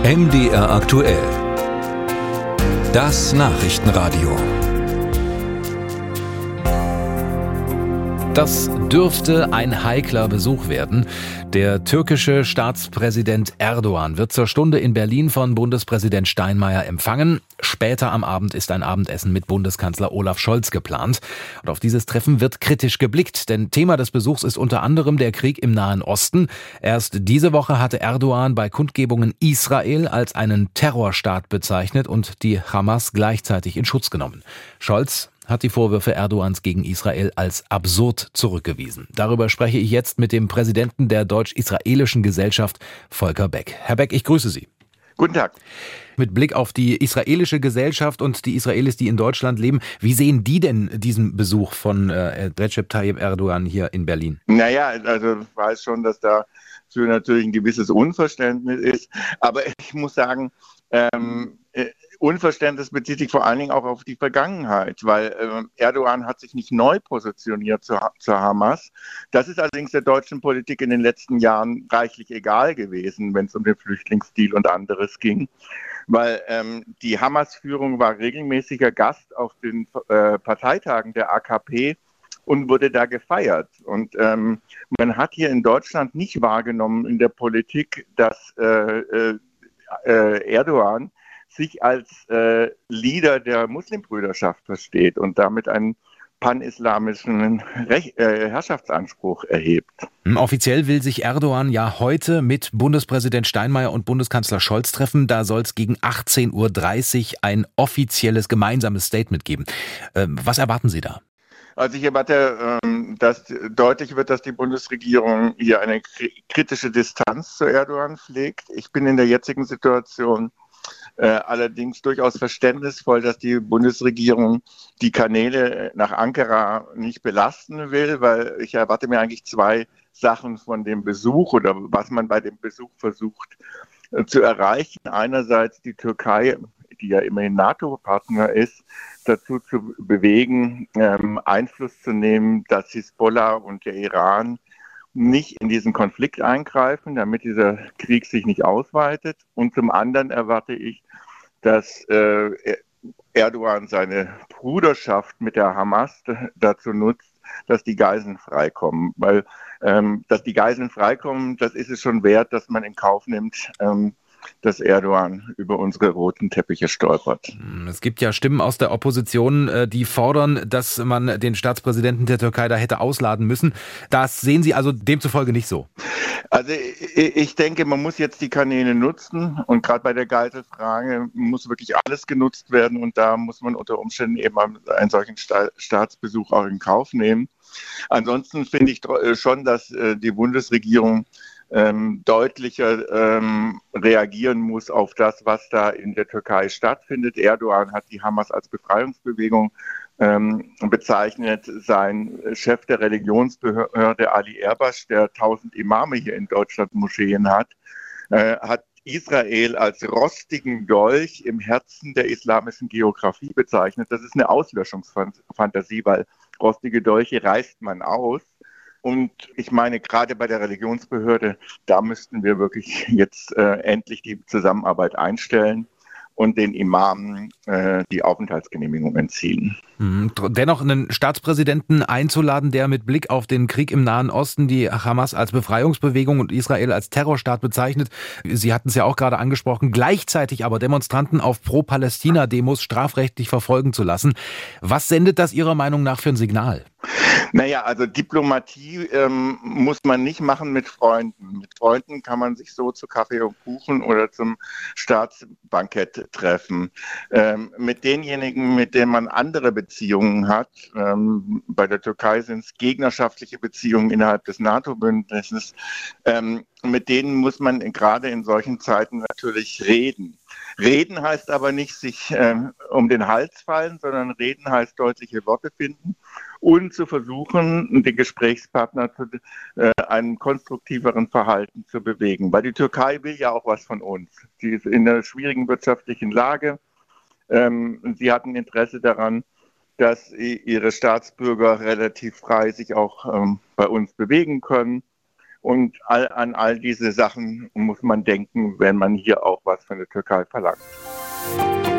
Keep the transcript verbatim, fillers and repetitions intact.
M D R aktuell. Das Nachrichtenradio. Das dürfte ein heikler Besuch werden. Der türkische Staatspräsident Erdogan wird zur Stunde in Berlin von Bundespräsident Steinmeier empfangen. Später am Abend ist ein Abendessen mit Bundeskanzler Olaf Scholz geplant. Und auf dieses Treffen wird kritisch geblickt, denn Thema des Besuchs ist unter anderem der Krieg im Nahen Osten. Erst diese Woche hatte Erdogan bei Kundgebungen Israel als einen Terrorstaat bezeichnet und die Hamas gleichzeitig in Schutz genommen. Scholz hat die Vorwürfe Erdogans gegen Israel als absurd zurückgewiesen. Darüber spreche ich jetzt mit dem Präsidenten der Deutsch-Israelischen Gesellschaft, Volker Beck. Herr Beck, ich grüße Sie. Guten Tag. Mit Blick auf die israelische Gesellschaft und die Israelis, die in Deutschland leben, wie sehen die denn diesen Besuch von äh, Recep Tayyip Erdogan hier in Berlin? Naja, also ich weiß schon, dass da für natürlich ein gewisses Unverständnis ist. Aber ich muss sagen, ähm, äh, Unverständnis bezieht sich vor allen Dingen auch auf die Vergangenheit, weil äh, Erdogan hat sich nicht neu positioniert zur, zur Hamas. Das ist allerdings der deutschen Politik in den letzten Jahren reichlich egal gewesen, wenn es um den Flüchtlingsdeal und anderes ging. Weil ähm, die Hamas-Führung war regelmäßiger Gast auf den äh, Parteitagen der A K P und wurde da gefeiert. Und ähm, man hat hier in Deutschland nicht wahrgenommen in der Politik, dass äh, äh, Erdogan sich als äh, Leader der Muslimbrüderschaft versteht und damit einen pan-islamischen Rech- äh, Herrschaftsanspruch erhebt. Offiziell will sich Erdogan ja heute mit Bundespräsident Steinmeier und Bundeskanzler Scholz treffen. Da soll es gegen achtzehn Uhr dreißig ein offizielles gemeinsames Statement geben. Ähm, was erwarten Sie da? Also ich erwarte, dass deutlich wird, dass die Bundesregierung hier eine kritische Distanz zu Erdogan pflegt. Ich bin in der jetzigen Situation äh, allerdings durchaus verständnisvoll, dass die Bundesregierung die Kanäle nach Ankara nicht belasten will, weil ich erwarte mir eigentlich zwei Sachen von dem Besuch oder was man bei dem Besuch versucht äh, zu erreichen. Einerseits die Türkei, die ja immerhin NATO-Partner ist, dazu zu bewegen, ähm, Einfluss zu nehmen, dass Hisbollah und der Iran nicht in diesen Konflikt eingreifen, damit dieser Krieg sich nicht ausweitet. Und zum anderen erwarte ich, dass äh, Erdogan seine Bruderschaft mit der Hamas dazu nutzt, dass die Geiseln freikommen. Weil, ähm, dass die Geiseln freikommen, das ist es schon wert, dass man in Kauf nimmt, ähm, dass Erdogan über unsere roten Teppiche stolpert. Es gibt ja Stimmen aus der Opposition, die fordern, dass man den Staatspräsidenten der Türkei da hätte ausladen müssen. Das sehen Sie also demzufolge nicht so? Also ich denke, man muss jetzt die Kanäle nutzen und gerade bei der Geiselfrage muss wirklich alles genutzt werden und da muss man unter Umständen eben einen solchen Staatsbesuch auch in Kauf nehmen. Ansonsten finde ich schon, dass die Bundesregierung Ähm, deutlicher ähm, reagieren muss auf das, was da in der Türkei stattfindet. Erdogan hat die Hamas als Befreiungsbewegung ähm, bezeichnet. Sein Chef der Religionsbehörde, Ali Erbaş, der tausend Imame hier in Deutschland Moscheen hat, äh, hat Israel als rostigen Dolch im Herzen der islamischen Geografie bezeichnet. Das ist eine Auslöschungsfantasie, weil rostige Dolche reißt man aus. Und ich meine, gerade bei der Religionsbehörde, da müssten wir wirklich jetzt äh, endlich die Zusammenarbeit einstellen und den Imamen äh, die Aufenthaltsgenehmigung entziehen. Dennoch einen Staatspräsidenten einzuladen, der mit Blick auf den Krieg im Nahen Osten die Hamas als Befreiungsbewegung und Israel als Terrorstaat bezeichnet. Sie hatten es ja auch gerade angesprochen, gleichzeitig aber Demonstranten auf Pro-Palästina-Demos strafrechtlich verfolgen zu lassen. Was sendet das Ihrer Meinung nach für ein Signal? Naja, also Diplomatie ähm, muss man nicht machen mit Freunden. Mit Freunden kann man sich so zu Kaffee und Kuchen oder zum Staatsbankett treffen. Ähm, mit denjenigen, mit denen man andere Beziehungen hat, ähm, bei der Türkei sind es gegnerschaftliche Beziehungen innerhalb des NATO-Bündnisses, ähm, mit denen muss man gerade in solchen Zeiten natürlich reden. Reden heißt aber nicht sich äh, um den Hals fallen, sondern reden heißt deutliche Worte finden und zu versuchen, den Gesprächspartner zu äh, einem konstruktiveren Verhalten zu bewegen. Weil die Türkei will ja auch was von uns. Sie ist in einer schwierigen wirtschaftlichen Lage. Ähm, sie hat ein Interesse daran, dass ihre Staatsbürger relativ frei sich auch ähm, bei uns bewegen können. Und all, an all diese Sachen muss man denken, wenn man hier auch was von der Türkei verlangt.